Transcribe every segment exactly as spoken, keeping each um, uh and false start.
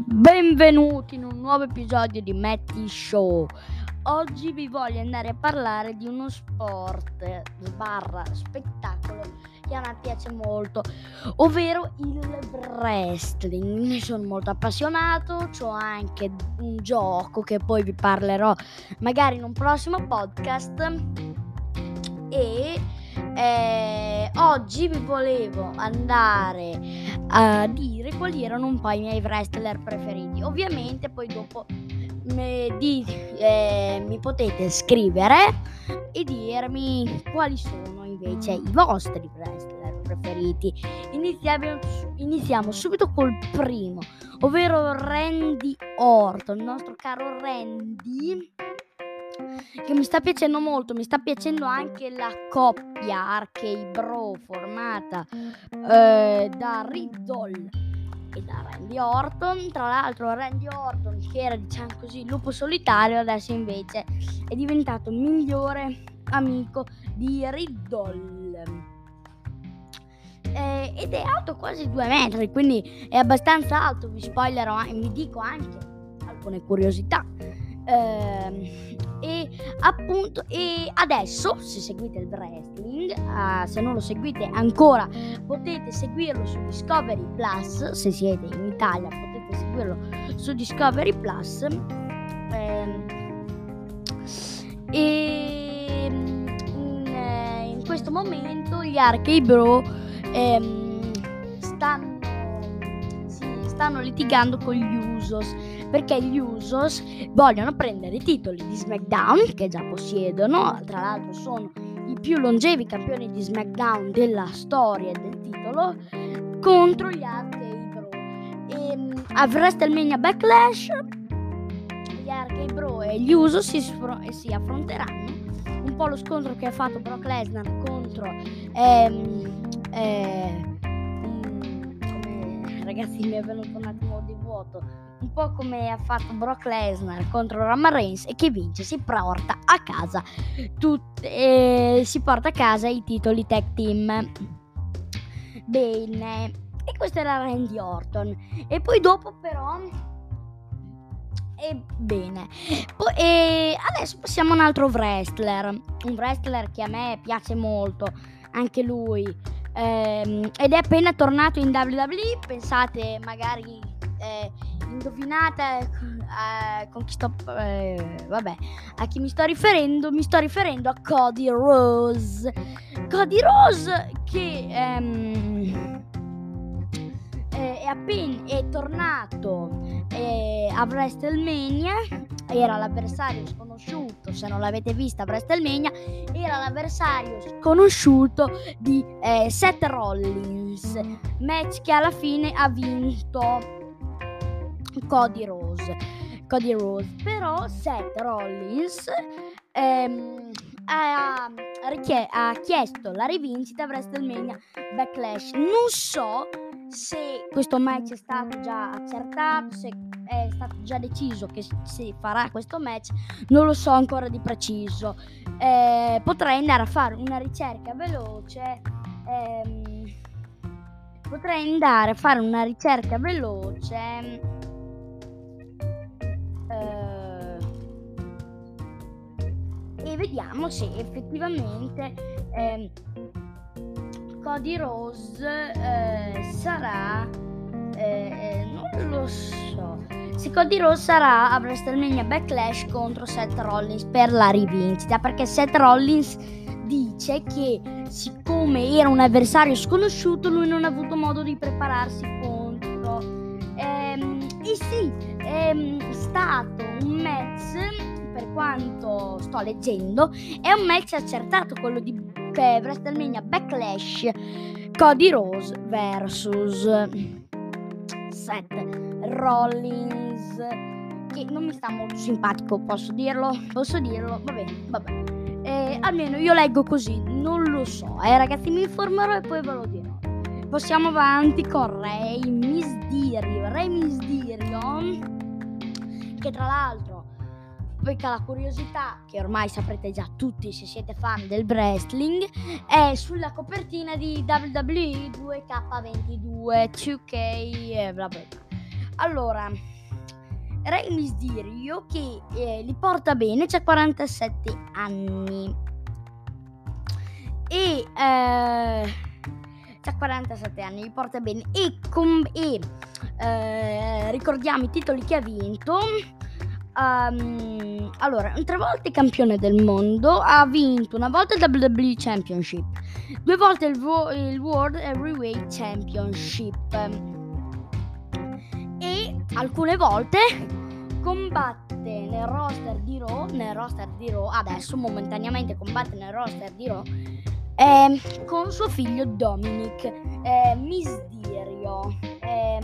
Benvenuti in un nuovo episodio di Matty Show. Oggi vi voglio andare a parlare di uno sport sbarra spettacolo che a me piace molto, ovvero il wrestling. Ne sono molto appassionato, c'ho anche un gioco che poi vi parlerò magari in un prossimo podcast e eh, oggi vi volevo andare a dire quali erano un po' i miei wrestler preferiti. Ovviamente poi dopo me, di, eh, mi potete scrivere e dirmi quali sono invece i vostri wrestler preferiti. Iniziamo, iniziamo subito col primo, ovvero Randy Orton, il nostro caro Randy, che mi sta piacendo molto. Mi sta piacendo anche la coppia R K Bro formata eh, da Riddle e da Randy Orton. Tra l'altro Randy Orton, che era diciamo così il lupo solitario, adesso invece è diventato il migliore amico di Riddle eh, ed è alto quasi due metri, quindi è abbastanza alto. Vi spoilerò, vi dico anche alcune curiosità. Eh, e appunto e adesso, se seguite il wrestling, uh, se non lo seguite ancora, potete seguirlo su Discovery Plus. Se siete in Italia potete seguirlo su Discovery Plus. eh, e in, eh, in questo momento gli R K Bro ehm, stanno si stanno litigando con gli Usos, perché gli Usos vogliono prendere i titoli di SmackDown, che già possiedono. Tra l'altro sono i più longevi campioni di SmackDown della storia del titolo, contro gli R K Bro. E a WrestleMania Backlash gli R K Bro e gli Usos si, sfro- si affronteranno, un po' lo scontro che ha fatto Brock Lesnar contro ehm, eh, come, ragazzi, mi è venuto un attimo di vuoto, un po' come ha fatto Brock Lesnar contro Roman Reigns, e che vince, si porta a casa tutte, eh, si porta a casa i titoli tag team. Bene, e questo era Randy Orton. E poi dopo però ebbene poi, e adesso passiamo a un altro wrestler, un wrestler che a me piace molto anche lui, ehm, ed è appena tornato in W W E. Pensate magari eh, indovinate eh, con chi sto eh, vabbè a chi mi sto riferendo mi sto riferendo a Cody Rhodes. Cody Rhodes che ehm, eh, è appena è tornato eh, a WrestleMania. Era l'avversario sconosciuto, se non l'avete vista WrestleMania, era l'avversario sconosciuto di eh, Seth Rollins, match che alla fine ha vinto Cody Rhodes. Cody Rhodes, però Seth Rollins ehm, ha, richie- ha chiesto la rivincita a WrestleMania Backlash. Non so se questo match è stato già accertato, se è stato già deciso che si farà questo match, non lo so ancora di preciso. Eh, potrei andare a fare una ricerca veloce. Ehm, potrei andare a fare una ricerca veloce. Eh, e vediamo se effettivamente eh, Cody Rhodes eh, sarà eh, non lo so se Cody Rhodes sarà a WrestleMania Backlash contro Seth Rollins per la rivincita, perché Seth Rollins dice che siccome era un avversario sconosciuto lui non ha avuto modo di prepararsi contro. Ehm, e sì, è stato un match, per quanto sto leggendo, è un match accertato, quello di eh, WrestleMania Backlash, Cody Rhodes versus Seth Rollins, che non mi sta molto simpatico, posso dirlo? Posso dirlo? Va bene, vabbè. Eh, almeno io leggo così, non lo so. Eh ragazzi, mi informerò e poi ve lo dirò. Passiamo avanti con Rey Mysterio. Rey Mysterio, che tra l'altro, poiché la curiosità, che ormai saprete già tutti se siete fan del wrestling, è sulla copertina di W W E due K ventidue, due K e bla bla bla. Allora, Rey Mysterio, che eh, li porta bene, c'ha quarantasette anni e eh, c'ha quarantasette anni, li porta bene e, com- e eh, ricordiamo i titoli che ha vinto. Um, allora, tre volte campione del mondo, ha vinto una volta il W W E Championship, due volte il, vo- il World Heavyweight Championship e alcune volte combatte nel roster di Raw, nel roster di Raw, adesso momentaneamente combatte nel roster di Raw eh, con suo figlio Dominic eh, Mysterio. Eh,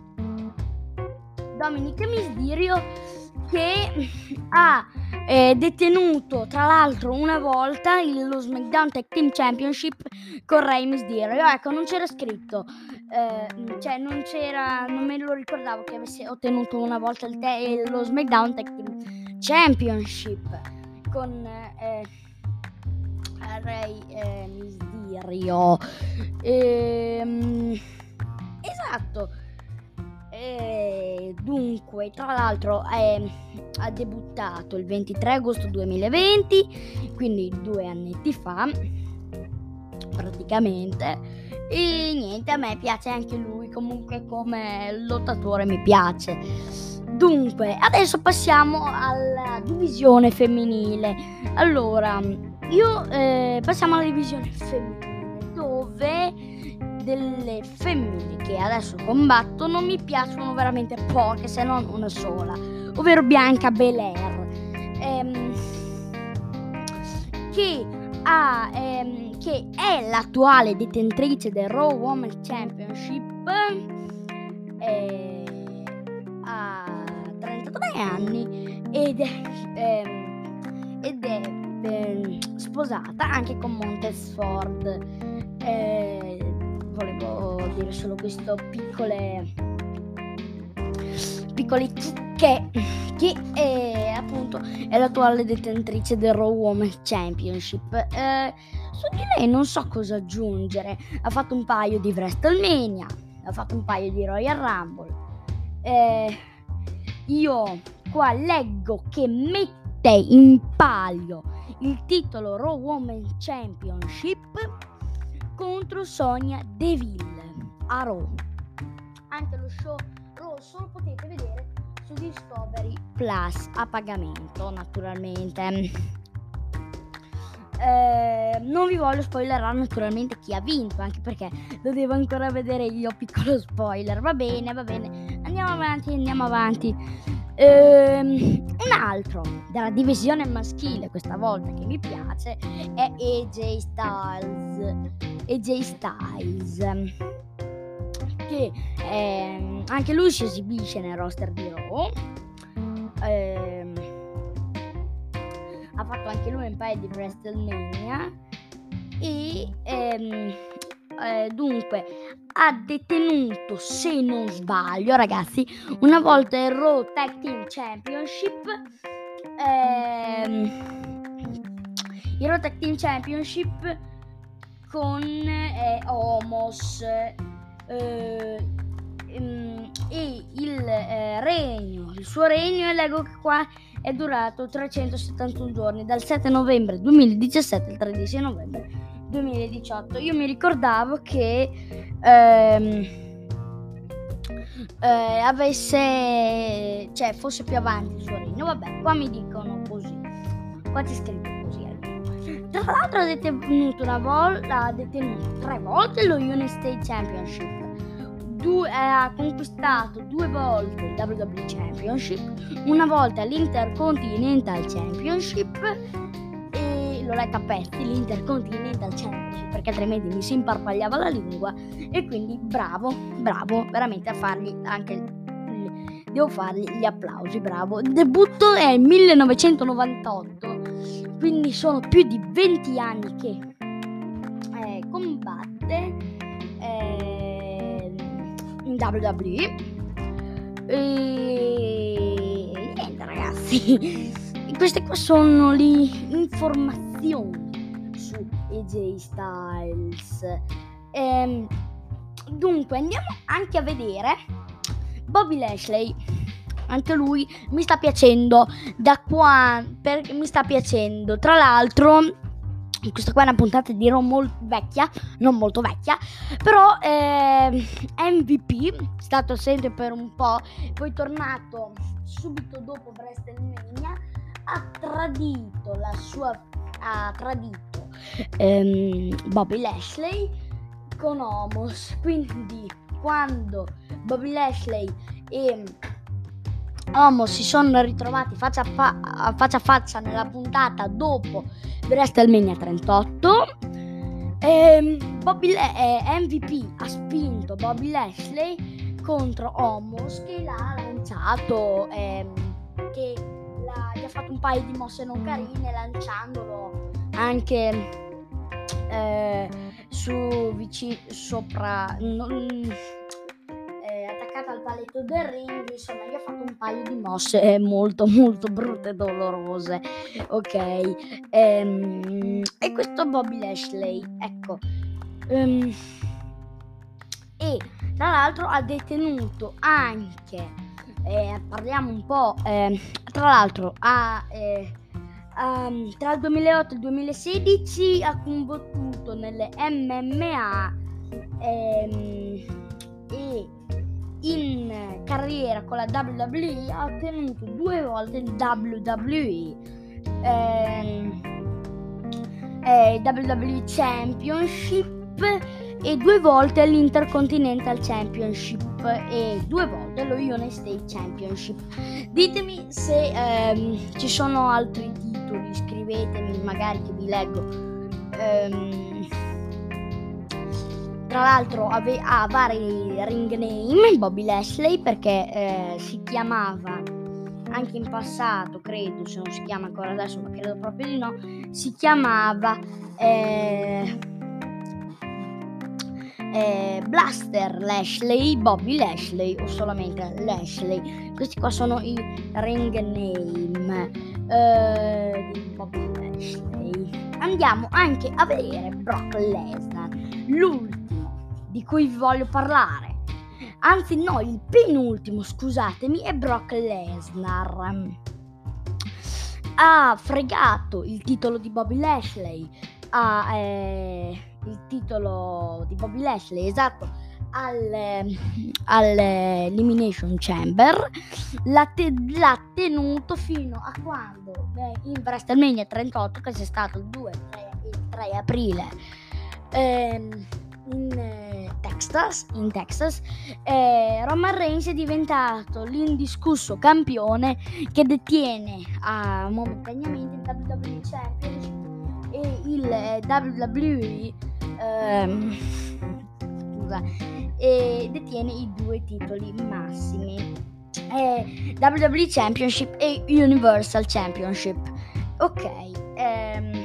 Dominic Mysterio che ha eh, detenuto tra l'altro una volta il, lo SmackDown Tag Team Championship con Rey Mysterio. Ecco, non c'era scritto, eh, cioè non c'era, non me lo ricordavo che avesse ottenuto una volta il te- lo SmackDown Tag Team Championship con eh, Rey eh, Mysterio. Ehm, esatto. E dunque, tra l'altro eh, ha debuttato il ventitré agosto duemilaventi, quindi due annetti fa praticamente, e niente, a me piace anche lui, comunque come lottatore mi piace. Dunque, adesso passiamo alla divisione femminile. Allora, io eh, passiamo alla divisione femminile, dove delle femmine che adesso combattono mi piacciono veramente poche, se non una sola, ovvero Bianca Belair, ehm, che, ha, ehm, che è l'attuale detentrice del Raw Women's Championship, eh, ha trentatré anni ed è, ehm, ed è ehm, sposata anche con Montez Ford. Eh, volevo dire solo questo piccole piccole chicche, che è appunto è l'attuale detentrice del Raw Women's Championship. Eh, su di lei non so cosa aggiungere. Ha fatto un paio di WrestleMania, ha fatto un paio di Royal Rumble. Eh, io qua leggo che mette in palio il titolo Raw Women's Championship contro Sonya Deville a Raw. Anche lo show Raw lo potete vedere su Discovery Plus a pagamento, naturalmente. Eh, non vi voglio spoilerare naturalmente chi ha vinto, anche perché lo devo ancora vedere io, piccolo spoiler. Va bene, va bene, andiamo avanti, andiamo avanti. Ehm, un altro della divisione maschile, questa volta, che mi piace è A J Styles. A J Styles, che ehm, anche lui si esibisce nel roster di Raw. Ehm, ha fatto anche lui un paio di WrestleMania e ehm, eh, dunque ha detenuto, se non sbaglio ragazzi, una volta il Raw Tag Team Championship, ehm, il Raw Tag Team Championship con eh, Omos eh, ehm, e il eh, regno, il suo regno, e leggo che qua è durato trecentosettantuno giorni, dal sette novembre duemiladiciassette al tredici novembre duemiladiciotto. Io mi ricordavo che ehm, eh, avesse, cioè fosse più avanti il suo regno. Vabbè, qua mi dicono così, qua c'è scritto così. Tra l'altro ha detenuto una volta, ha detenuto tre volte lo United States Championship. Due, eh, ha conquistato due volte il W W E Championship, una volta l'Intercontinental Championship, e l'ho letta a pezzi l'Intercontinental Championship perché altrimenti mi si imparpagliava la lingua, e quindi bravo, bravo veramente a fargli anche, devo fargli gli applausi, bravo. Il debutto è il millenovecentonovantotto, quindi sono più di venti anni che eh, combatte eh, in W W E. E niente ragazzi, queste qua sono le informazioni su A J Styles. Ehm, dunque andiamo anche a vedere Bobby Lashley. anche lui mi sta piacendo da qua, per, mi sta piacendo. Tra l'altro, questa qua è una puntata dirò molto vecchia, non molto vecchia, però eh, M V P, è stato assente per un po', poi tornato subito dopo WrestleMania, ha tradito la sua, ha tradito ehm, Bobby Lashley con Omos, quindi quando Bobby Lashley e Omos si sono ritrovati faccia a, fa- a faccia a faccia nella puntata dopo WrestleMania trentotto, e Bobby La- eh, M V P ha spinto Bobby Lashley contro Omos, che l'ha lanciato, ehm, che l'ha, gli ha fatto un paio di mosse non carine, lanciandolo anche eh, su vicino sopra non, eh, attaccato al paletto del ring. Insomma, gli ha fatto un paio di mosse molto molto brutte e dolorose, ok. Ehm, e questo Bobby Lashley, ecco, ehm, e tra l'altro ha detenuto anche, eh, parliamo un po', eh, tra l'altro ha eh, Um, tra il duemilaotto e il duemilasedici ha combattuto nelle M M A, ehm, e in carriera con la W W E ha ottenuto due volte il W W E ehm, eh, W W E Championship e due volte l'Intercontinental Championship e due volte lo United States Championship. Ditemi se ehm, ci sono altri titoli, scrivetemi magari che vi leggo. Ehm, tra l'altro ave- ha vari ring name Bobby Lashley, perché eh, si chiamava anche in passato, credo, se non si chiama ancora adesso, ma credo proprio di no, si chiamava eh, Eh, Blaster Lashley, Bobby Lashley o solamente Lashley. Questi qua sono i ring name eh, di Bobby Lashley. Andiamo anche a vedere Brock Lesnar, l'ultimo di cui vi voglio parlare, anzi no, il penultimo, scusatemi, è Brock Lesnar. Ha fregato il titolo di Bobby Lashley, ha eh, il titolo di Bobby Lashley, esatto, al, all'Elimination Chamber, l'ha, te- l'ha tenuto fino a quando eh, in WrestleMania trentotto, che c'è stato il due e il tre aprile ehm, in, eh, Texas, in Texas eh, Roman Reigns è diventato l'indiscusso campione che detiene ah, momentaneamente il W W E Championship e il eh, W W E ehm, scusa, e detiene i due titoli massimi, eh, W W E Championship e Universal Championship, ok. ehm,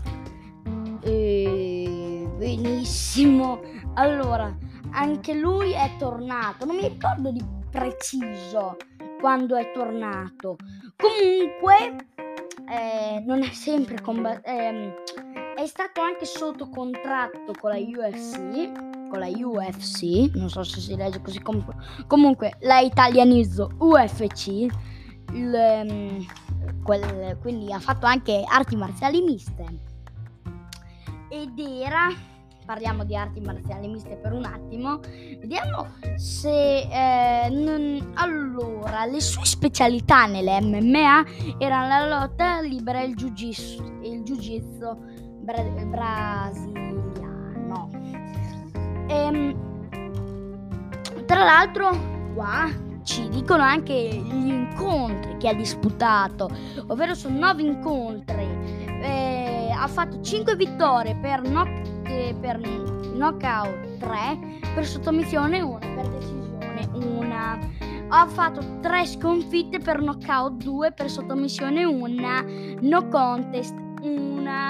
eh, benissimo, allora anche lui è tornato, non mi ricordo di preciso quando è tornato, comunque eh, non è sempre combattuto, ehm, è stato anche sotto contratto con la U F C, con la U F C, non so se si legge così, com- comunque la italianizzo U F C, il, um, quel, quindi ha fatto anche arti marziali miste ed era, parliamo di arti marziali miste per un attimo, vediamo se eh, non, allora le sue specialità nelle M M A erano la lotta libera e il jiu-jitsu, il jiu-jitsu bra- brasiliano. Ehm, tra l'altro qua ci dicono anche gli incontri che ha disputato, ovvero sono nove incontri, eh, ha fatto cinque vittorie per, knock, eh, per knockout, tre per sottomissione, una per decisione, una. Ha fatto tre sconfitte per knockout, due per sottomissione, una no contest, una.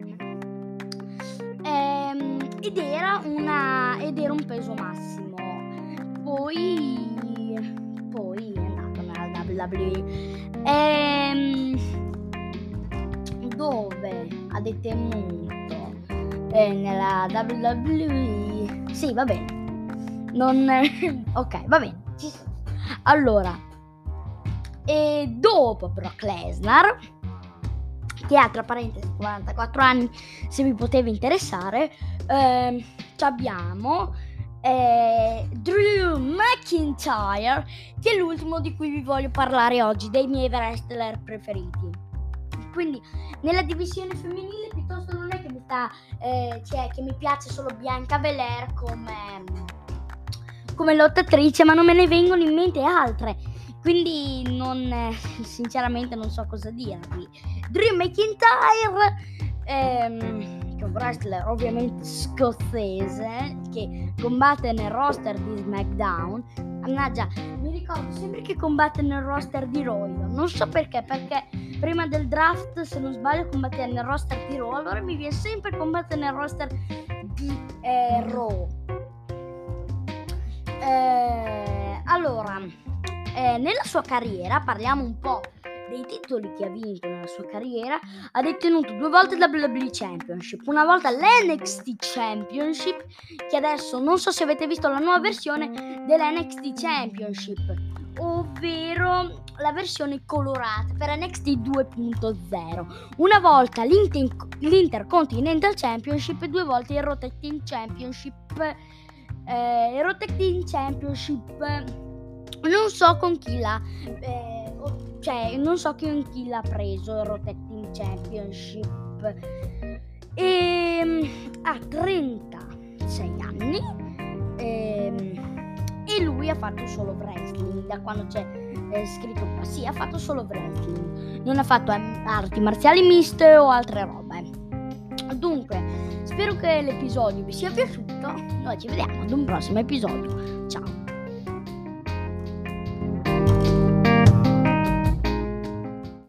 Ehm, ed era una ed era un peso massimo. Poi poi è andato nella W W E, ehm, dove ha detenuto eh, nella W W E. Sì, va bene. Non ok, va bene. Allora, E dopo Brock Lesnar, che ha tra parentesi quarantaquattro anni, se vi poteva interessare, ehm, abbiamo eh, Drew McIntyre, che è l'ultimo di cui vi voglio parlare oggi, dei miei wrestler preferiti. Quindi nella divisione femminile piuttosto non è che mi sta eh, cioè che mi piace solo Bianca Belair come, come lottatrice, ma non me ne vengono in mente altre, quindi non eh, sinceramente non so cosa dirvi. Drew McIntyre, ehm, che è un wrestler ovviamente scozzese che combatte nel roster di SmackDown. Mannaggia, mi ricordo sempre che combatte nel roster di Raw, non so perché, perché prima del draft, se non sbaglio, combatteva nel roster di Raw, allora mi viene sempre combattere nel roster di eh, Raw. Eh, allora, eh, nella sua carriera, parliamo un po' dei titoli che ha vinto nella sua carriera. Ha detenuto due volte la W W E Championship, una volta l'N X T Championship, che adesso non so se avete visto la nuova versione dell'N X T Championship, ovvero la versione colorata per N X T due punto zero. Una volta l'Inter- l'Intercontinental Championship e due volte il Raw Tag Team Championship. Eh, il Raw Tag Team Championship non so con chi l'ha eh, cioè non so con chi l'ha preso il Raw Tag Team Championship. E ha trentasei anni e, e lui ha fatto solo wrestling da quando c'è eh, scritto qua. Sì, ha fatto solo wrestling, non ha fatto eh, arti marziali miste o altre robe. Dunque, spero che l'episodio vi sia piaciuto. Noi ci vediamo ad un prossimo episodio. Ciao.